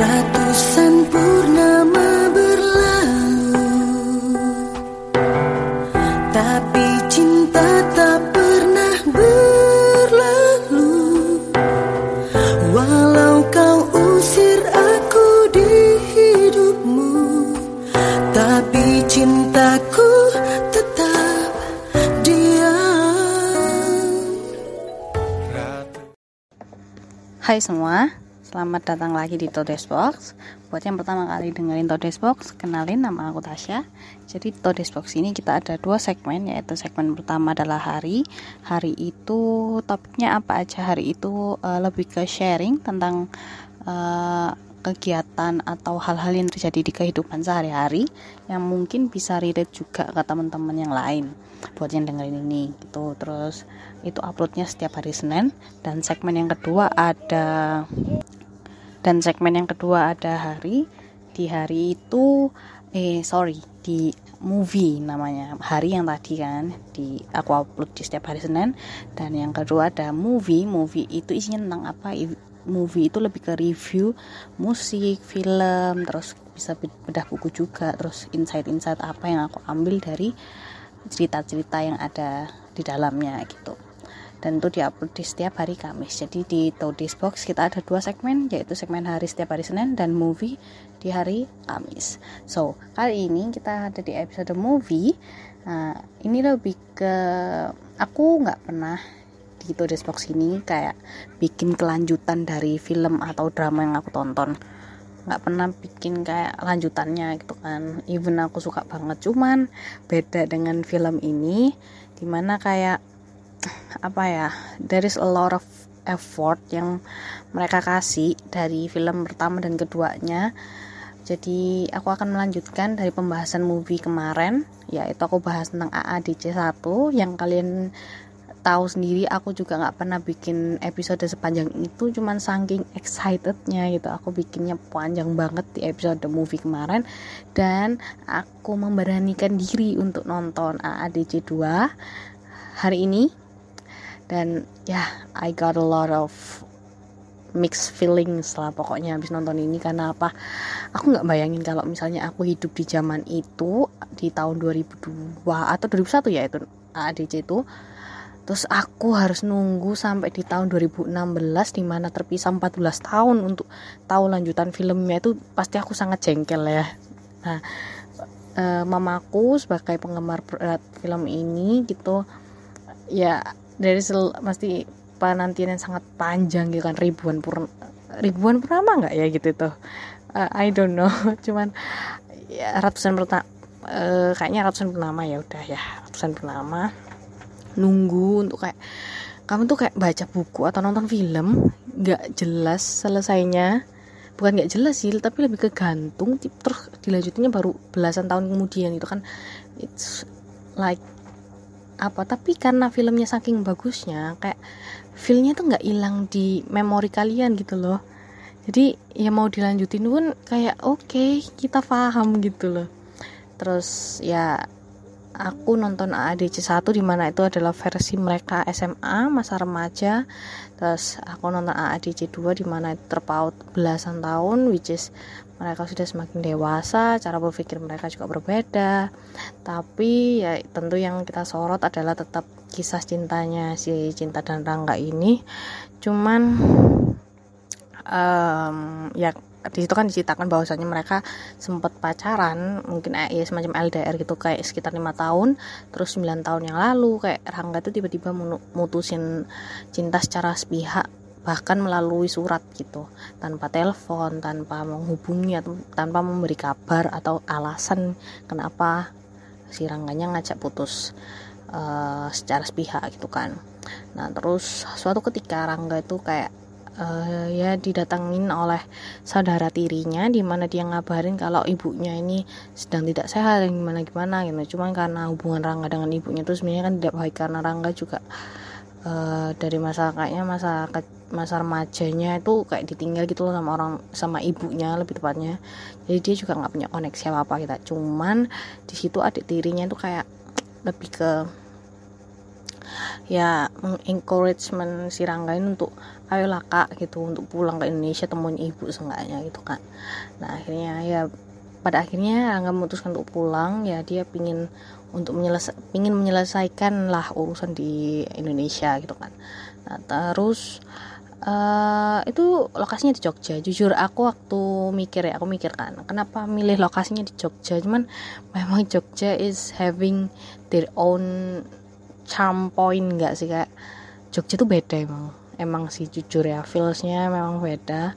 Ratusan purnama berlalu, tapi cinta tak pernah berlalu. Walau kau usir aku di hidupmu, tapi cintaku tetap diam. Hai semua, selamat datang lagi di Todes Box. Buat yang pertama kali dengerin Todes Box, kenalin, nama aku Tasya. Jadi Todes Box ini kita ada 2 segmen, yaitu segmen pertama adalah hari. Hari itu topiknya apa aja? Hari itu lebih ke sharing tentang kegiatan atau hal-hal yang terjadi di kehidupan sehari-hari yang mungkin bisa relate juga ke teman-teman yang lain buat yang dengerin ini gitu. Terus itu uploadnya setiap hari Senin. Dan segmen yang kedua ada hari di hari itu di movie namanya. Hari yang tadi kan aku upload di setiap hari Senin. Dan yang kedua ada movie itu isinya tentang apa? Movie itu lebih ke review musik, film, terus bisa bedah buku juga, terus insight apa yang aku ambil dari cerita-cerita yang ada di dalamnya gitu. Dan itu diupload di setiap hari Kamis. Jadi di Todes Box kita ada 2 segmen, yaitu segmen hari setiap hari Senin dan movie di hari Kamis. So, kali ini kita ada di episode movie. Nah, ini lebih ke aku nggak pernah di Todes Box ini kayak bikin kelanjutan dari film atau drama yang aku tonton. Nggak pernah bikin kayak lanjutannya gitu kan. Even aku suka banget, cuman beda dengan film ini dimana kayak there is a lot of effort yang mereka kasih dari film pertama dan keduanya. Jadi aku akan melanjutkan dari pembahasan movie kemarin, yaitu aku bahas tentang AADC 1. Yang kalian tahu sendiri, aku juga nggak pernah bikin episode sepanjang itu, cuman saking excitednya gitu aku bikinnya panjang banget di episode movie kemarin. Dan aku memberanikan diri untuk nonton AADC 2 hari ini. Dan I got a lot of mixed feelings lah pokoknya habis nonton ini. Karena apa? Aku nggak bayangin kalau misalnya aku hidup di zaman itu, di tahun 2002 atau 2001 ya itu AADC itu. Terus aku harus nunggu sampai di tahun 2016 dimana terpisah 14 tahun untuk tahu lanjutan filmnya. Itu pasti aku sangat jengkel ya. Nah, mamaku sebagai penggemar berat film ini gitu ya, dari pasti penantian yang sangat panjang gitu kan, ribuan purnama nggak ya gitu tuh, I don't know, cuman ya kayaknya ratusan purnama, ya udah ya ratusan purnama nunggu untuk kayak kamu tuh kayak baca buku atau nonton film nggak jelas selesainya. Bukan nggak jelas sih, tapi lebih ke gantung terus dilanjutinnya baru belasan tahun kemudian itu kan. It's like tapi karena filmnya saking bagusnya, kayak feelnya tuh nggak hilang di memori kalian gitu loh. Jadi ya mau dilanjutin pun kayak oke, kita paham gitu loh. Terus ya aku nonton AADC 1 dimana itu adalah versi mereka SMA, masa remaja. Terus aku nonton AADC 2 dimana itu terpaut belasan tahun, which is mereka sudah semakin dewasa, cara berpikir mereka juga berbeda. Tapi ya tentu yang kita sorot adalah tetap kisah cintanya si Cinta dan Rangga ini. Cuman ya di situ kan diceritakan bahwasannya mereka sempat pacaran, mungkin semacam LDR gitu, kayak sekitar 5 tahun. Terus 9 tahun yang lalu kayak Rangga tuh tiba-tiba mutusin cinta secara sepihak, bahkan melalui surat gitu, tanpa telepon, tanpa menghubungi atau tanpa memberi kabar atau alasan kenapa si Rangganya ngajak putus secara sepihak gitu kan. Nah terus suatu ketika Rangga itu kayak didatangin oleh saudara tirinya, di mana dia ngabarin kalau ibunya ini sedang tidak sehat dan gimana gitu. Cuman karena hubungan Rangga dengan ibunya itu sebenarnya kan tidak baik, karena Rangga juga dari masa remajanya itu kayak ditinggal gitu loh sama ibunya lebih tepatnya. Jadi dia juga nggak punya koneksi apa gitu. Cuman di situ adik tirinya itu kayak lebih ke ya mengencouragement si Rangga ini untuk ayolah kak gitu untuk pulang ke Indonesia, temuin ibu seenggaknya gitu kan. Nah akhirnya ya pada akhirnya Rangga memutuskan untuk pulang, ya dia pingin menyelesaikan lah urusan di Indonesia gitu kan. Nah terus itu lokasinya di Jogja. Jujur aku waktu mikir kan kenapa milih lokasinya di Jogja, cuman memang Jogja is having their own charm point nggak sih, kayak Jogja tuh beda emang sih jujur ya, feelsnya memang beda.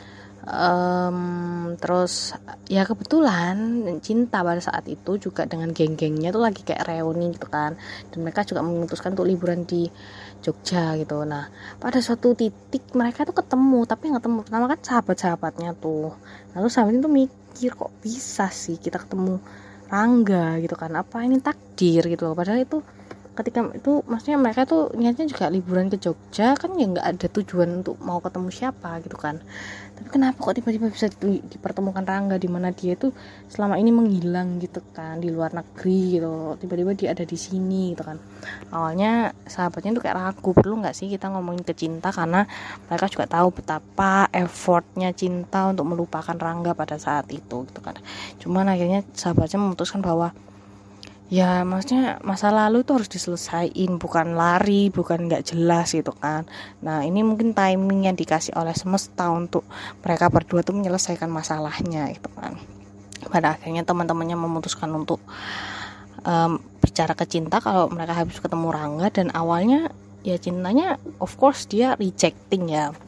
Terus ya kebetulan Cinta pada saat itu juga dengan geng-gengnya tuh lagi kayak reuni gitu kan, dan mereka juga memutuskan untuk liburan di Jogja gitu. Nah pada suatu titik mereka tuh ketemu, tapi pertama kan sahabat-sahabatnya tuh, lalu sahabatnya tuh mikir kok bisa sih kita ketemu Rangga gitu kan, apa ini takdir gitu loh. Padahal itu ketika itu maksudnya mereka tuh niatnya juga liburan ke Jogja kan, ya nggak ada tujuan untuk mau ketemu siapa gitu kan. Tapi kenapa kok tiba-tiba bisa dipertemukan Rangga, di mana dia tuh selama ini menghilang gitu kan di luar negeri gitu, tiba-tiba dia ada di sini gitu kan. Awalnya sahabatnya tuh kayak ragu, perlu nggak sih kita ngomongin ke Cinta, karena mereka juga tahu betapa effortnya Cinta untuk melupakan Rangga pada saat itu gitu kan. Cuman akhirnya sahabatnya memutuskan bahwa ya maksudnya masa lalu itu harus diselesaikan, bukan lari, bukan nggak jelas gitu kan. Nah ini mungkin timing yang dikasih oleh semesta untuk mereka berdua tuh menyelesaikan masalahnya gitu kan. Pada akhirnya teman-temannya memutuskan untuk bicara ke Cinta kalau mereka habis ketemu Rangga, dan awalnya ya Cintanya of course dia rejecting,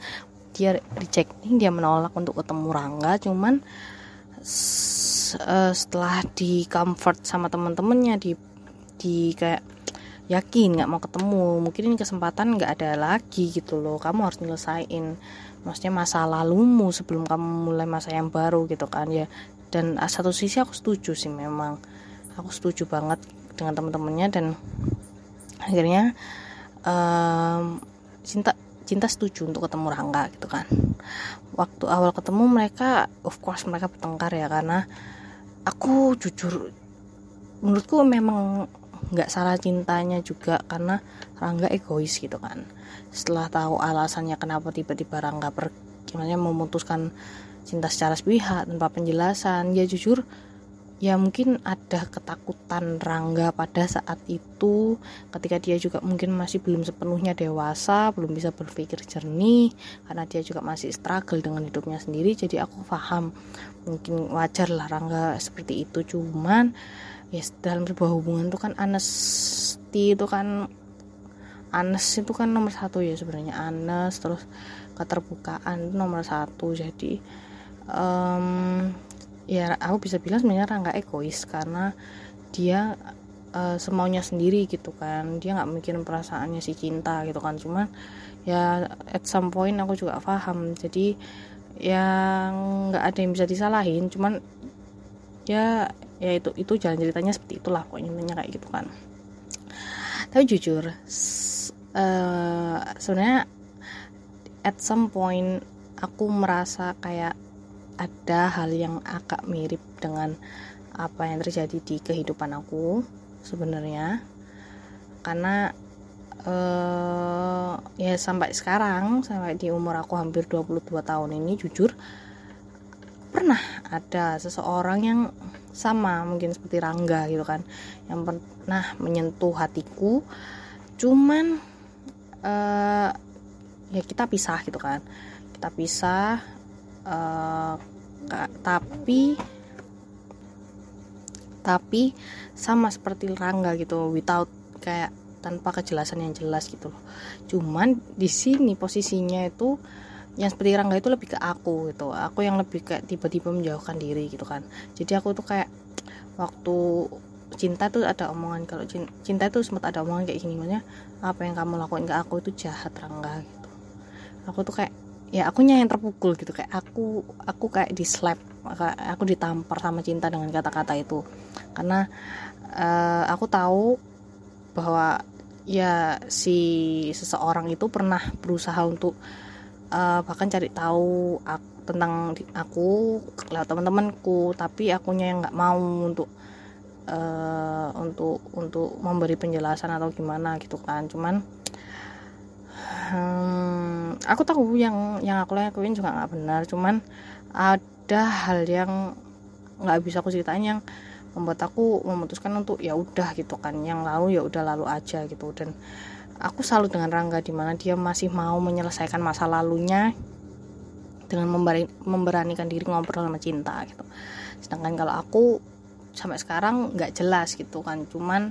dia menolak untuk ketemu Rangga. Cuman setelah di comfort sama teman-temannya, di kayak yakin nggak mau ketemu, mungkin ini kesempatan nggak ada lagi gitu loh, kamu harus nyelesain maksudnya masa lalumu sebelum kamu mulai masa yang baru gitu kan ya. Dan satu sisi aku setuju sih, memang aku setuju banget dengan teman-temannya, dan akhirnya Cinta setuju untuk ketemu Rangga gitu kan. Waktu awal ketemu mereka of course mereka bertengkar ya, karena aku jujur menurutku memang nggak salah Cintanya juga, karena Rangga egois gitu kan. Setelah tahu alasannya kenapa tiba-tiba Rangga memutuskan Cinta secara sepihak tanpa penjelasan, ya jujur ya mungkin ada ketakutan Rangga pada saat itu, ketika dia juga mungkin masih belum sepenuhnya dewasa, belum bisa berpikir jernih, karena dia juga masih struggle dengan hidupnya sendiri. Jadi aku paham, mungkin wajar lah Rangga seperti itu. Cuman ya dalam sebuah hubungan itu kan honesty itu kan nomor satu ya sebenarnya. Honest, terus keterbukaan itu nomor satu. Jadi ya aku bisa bilang sebenarnya Rangga egois, karena dia semaunya sendiri gitu kan, dia nggak mikirin perasaannya si Cinta gitu kan. Cuman ya at some point aku juga paham, jadi yang nggak ada yang bisa disalahin. Cuman ya itu jalan ceritanya seperti itulah pokoknya kayak gitu kan. Tapi jujur sebenarnya at some point aku merasa kayak ada hal yang agak mirip dengan apa yang terjadi di kehidupan aku sebenarnya, karena ya sampai sekarang, sampai di umur aku hampir 22 tahun ini, jujur pernah ada seseorang yang sama mungkin seperti Rangga gitu kan, yang pernah menyentuh hatiku. Cuman ya kita pisah gitu kan, tapi sama seperti Rangga gitu, without kayak tanpa kejelasan yang jelas gitu loh. Cuman di sini posisinya itu yang seperti Rangga itu lebih ke aku gitu, aku yang lebih kayak tiba-tiba menjauhkan diri gitu kan. Jadi aku tuh kayak waktu Cinta tuh ada omongan, kalau Cinta itu sempat ada omongan kayak gini, makanya apa yang kamu lakuin ke aku itu jahat Rangga gitu. Aku tuh kayak ya akunya yang terpukul gitu, kayak aku kayak di slap, aku ditampar sama Cinta dengan kata-kata itu, karena aku tahu bahwa ya si seseorang itu pernah berusaha untuk bahkan cari tahu tentang aku lewat teman-temanku, tapi akunya yang nggak mau untuk memberi penjelasan atau gimana gitu kan. Cuman Aku tahu yang aku lakuin juga nggak benar, cuman ada hal yang nggak bisa aku ceritain yang membuat aku memutuskan untuk ya udah gitu kan, yang lalu ya udah lalu aja gitu. Dan aku salut dengan Rangga di mana dia masih mau menyelesaikan masa lalunya dengan memberanikan diri ngobrol sama Cinta gitu. Sedangkan kalau aku sampai sekarang nggak jelas gitu kan, cuman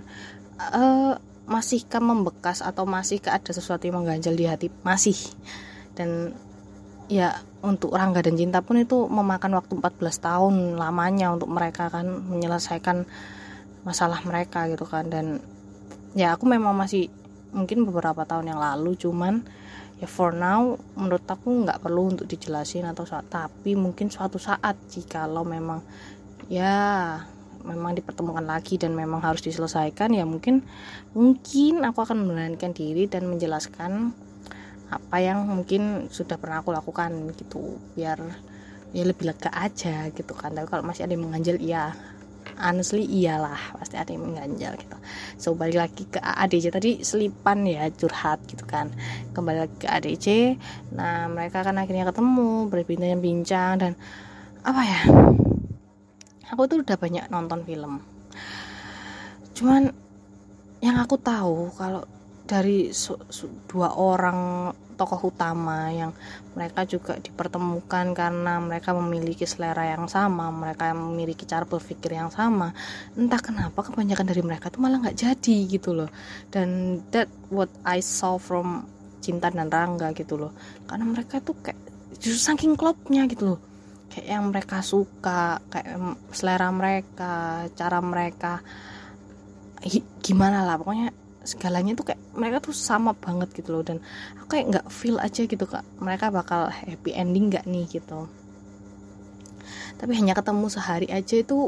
masihkah membekas atau masihkah ada sesuatu yang mengganjal di hati, masih. Dan ya untuk Rangga dan Cinta pun itu memakan waktu 14 tahun lamanya untuk mereka kan menyelesaikan masalah mereka gitu kan. Dan ya aku memang masih mungkin beberapa tahun yang lalu, cuman ya for now menurut aku nggak perlu untuk dijelasin atau tapi mungkin suatu saat jikalau memang dipertemukan lagi dan memang harus diselesaikan, ya mungkin aku akan memberanikan diri dan menjelaskan apa yang mungkin sudah pernah aku lakukan gitu, biar ya lebih lega aja gitu kan. Tapi kalau masih ada yang mengganjal, ya honestly iyalah, pasti ada yang mengganjal gitu. So balik lagi ke ADC tadi, selipan ya curhat gitu kan, kembali lagi ke ADC. Nah mereka kan akhirnya ketemu, berbincang-bincang, dan apa ya, aku tuh udah banyak nonton film, cuman yang aku tahu kalau dari dua orang tokoh utama yang mereka juga dipertemukan karena mereka memiliki selera yang sama, mereka memiliki cara berpikir yang sama, entah kenapa kebanyakan dari mereka tuh malah nggak jadi gitu loh. Dan that what I saw from Cinta dan Rangga gitu loh, karena mereka tuh kayak justru saking klopnya gitu loh, kayak yang mereka suka, kayak selera mereka, cara mereka gimana lah, pokoknya segalanya tuh kayak mereka tuh sama banget gitu loh. Dan aku kayak nggak feel aja gitu kak, mereka bakal happy ending nggak nih gitu. Tapi hanya ketemu sehari aja itu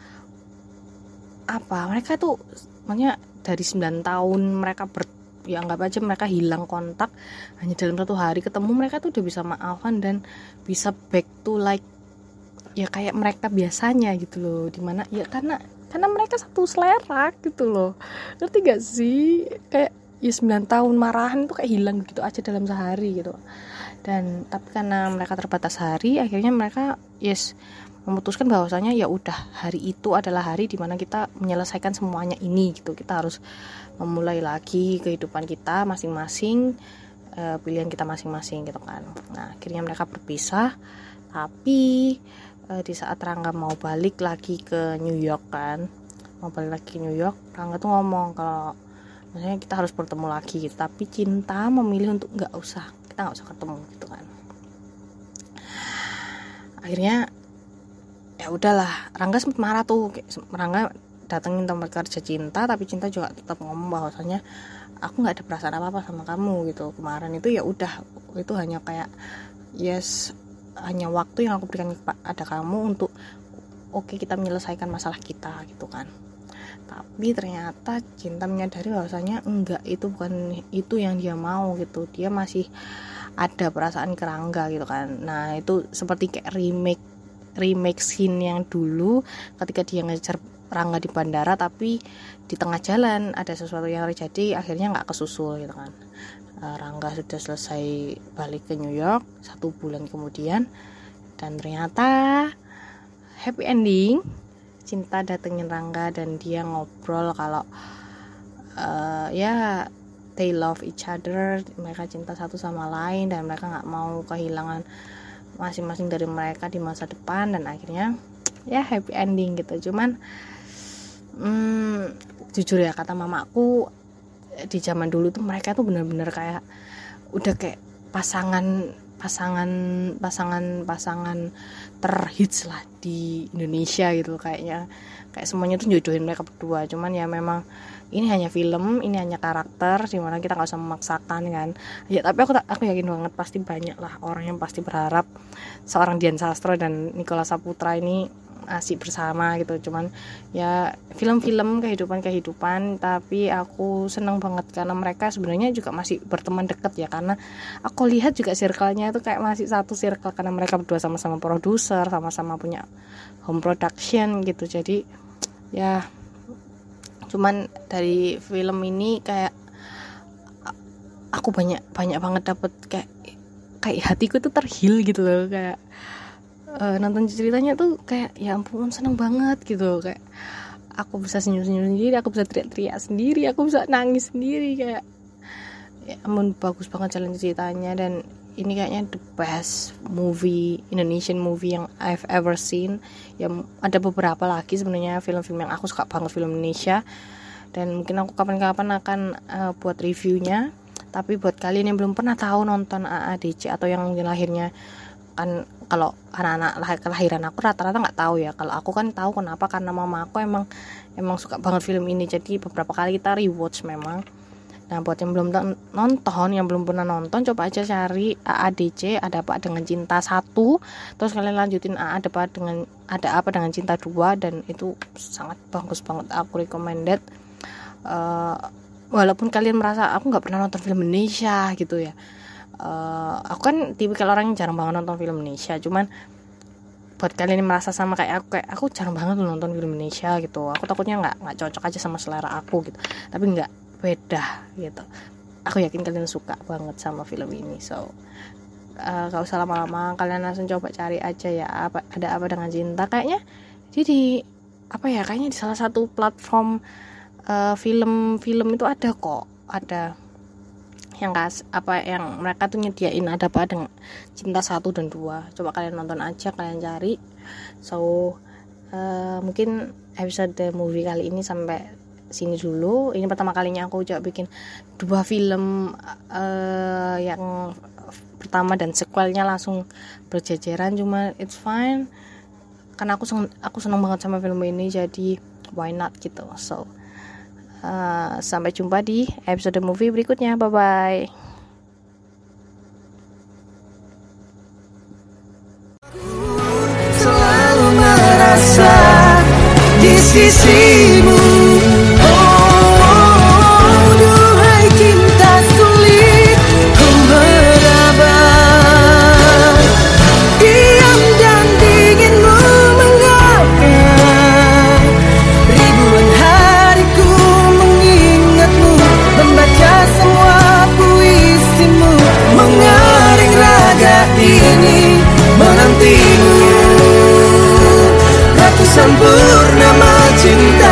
apa, mereka tuh makanya dari 9 tahun mereka ya anggap aja mereka hilang kontak, hanya dalam 1 hari ketemu mereka tuh udah bisa maafan dan bisa back to like ya kayak mereka biasanya gitu loh. Dimana ya karena mereka satu selera gitu loh, ngerti gak sih? Kayak ya 9 tahun marahan tuh kayak hilang gitu aja dalam sehari gitu. Dan tapi karena mereka terbatas hari, akhirnya mereka memutuskan bahwasanya ya udah hari itu adalah hari dimana kita menyelesaikan semuanya ini gitu. Kita harus memulai lagi kehidupan kita masing-masing, pilihan kita masing-masing gitu kan. Nah akhirnya mereka berpisah, tapi di saat Rangga mau balik lagi ke New York kan, Rangga tuh ngomong kalau maksudnya kita harus bertemu lagi gitu, tapi Cinta memilih untuk kita nggak usah ketemu gitu kan. Akhirnya ya udahlah, Rangga sempat marah tuh, Rangga datengin tempat kerja Cinta, tapi Cinta juga tetap ngomong bahwasanya aku nggak ada perasaan apa sama kamu gitu. Kemarin itu ya udah, itu hanya kayak hanya waktu yang aku berikan kepada kamu untuk kita menyelesaikan masalah kita gitu kan. Tapi ternyata Cinta menyadari bahwasanya enggak, itu bukan itu yang dia mau gitu. Dia masih ada perasaan ke Rangga gitu kan. Nah itu seperti kayak remake scene yang dulu ketika dia ngejar Rangga di bandara, tapi di tengah jalan ada sesuatu yang terjadi, akhirnya nggak kesusul gitu kan. Rangga sudah selesai balik ke New York 1 bulan kemudian, dan ternyata happy ending. Cinta datengin Rangga dan dia ngobrol kalau they love each other, mereka cinta satu sama lain dan mereka nggak mau kehilangan masing-masing dari mereka di masa depan. Dan akhirnya ya happy ending gitu. Cuman jujur ya, kata mamaku, di zaman dulu tuh mereka tuh benar-benar kayak udah kayak pasangan terhits lah di Indonesia gitu, kayak semuanya tuh jodohin mereka berdua. Cuman ya memang ini hanya film, ini hanya karakter, dimana kita nggak usah memaksakan kan ya. Tapi aku yakin banget pasti banyak lah orang yang pasti berharap seorang Dian Sastro dan Nicholas Saputra ini asik bersama gitu. Cuman ya film-film kehidupan, tapi aku seneng banget karena mereka sebenarnya juga masih berteman dekat ya, karena aku lihat juga circle-nya itu kayak masih satu circle karena mereka berdua sama-sama produser, sama-sama punya home production gitu. Jadi ya cuman dari film ini kayak aku banyak banget dapet kayak kayak hatiku tuh terheal gitu loh, kayak nonton ceritanya tuh kayak ya ampun seneng banget gitu, kayak aku bisa senyum-senyum sendiri, aku bisa teriak-teriak sendiri, aku bisa nangis sendiri, kayak ya ampun bagus banget jalan ceritanya. Dan ini kayaknya the best movie, Indonesian movie yang I've ever seen. Ya ada beberapa lagi sebenarnya film-film yang aku suka banget film Indonesia, dan mungkin aku kapan-kapan akan buat reviewnya. Tapi buat kalian yang belum pernah tahu nonton AADC atau yang mungkin lahirnya, kan kalau anak-anak kelahiran aku rata-rata nggak tahu ya. Kalau aku kan tahu, kenapa? Karena mama aku emang suka banget film ini, jadi beberapa kali kita rewatch memang. Nah buat yang belum nonton, yang belum pernah nonton, coba aja cari AADC, Ada Apa Dengan Cinta 1, terus kalian lanjutin Ada Apa Dengan Cinta 2, dan itu sangat bagus banget, aku recommended. Walaupun kalian merasa aku nggak pernah nonton film Indonesia gitu ya, aku kan tipikal orang yang jarang banget nonton film Indonesia. Cuman buat kalian yang merasa sama kayak aku jarang banget nonton film Indonesia gitu, aku takutnya nggak cocok aja sama selera aku gitu. Tapi nggak, beda gitu. Aku yakin kalian suka banget sama film ini. So gak usah lama-lama, kalian langsung coba cari aja ya Ada Apa Dengan Cinta. Kayaknya jadi kayaknya di salah satu platform film itu ada kok, ada yang yang mereka tuh nyediain Ada Apa Dengan Cinta 1 dan 2. Coba kalian nonton aja, kalian cari. So mungkin episode movie kali ini sampai sini dulu. Ini pertama kalinya aku coba bikin 2 film yang pertama dan sequelnya langsung berjejeran. Cuma it's fine, karena aku seneng banget sama film ini, jadi why not gitu. So sampai jumpa di episode movie berikutnya. Bye bye. Selalu merasa di sisimu. Duhai cinta sulit ku meraba, diam dan dinginmu mengapa. Ribuan hariku mengingatmu, membaca semua puisimu, mengaring raga ini menantimu. Ratusan purnama cinta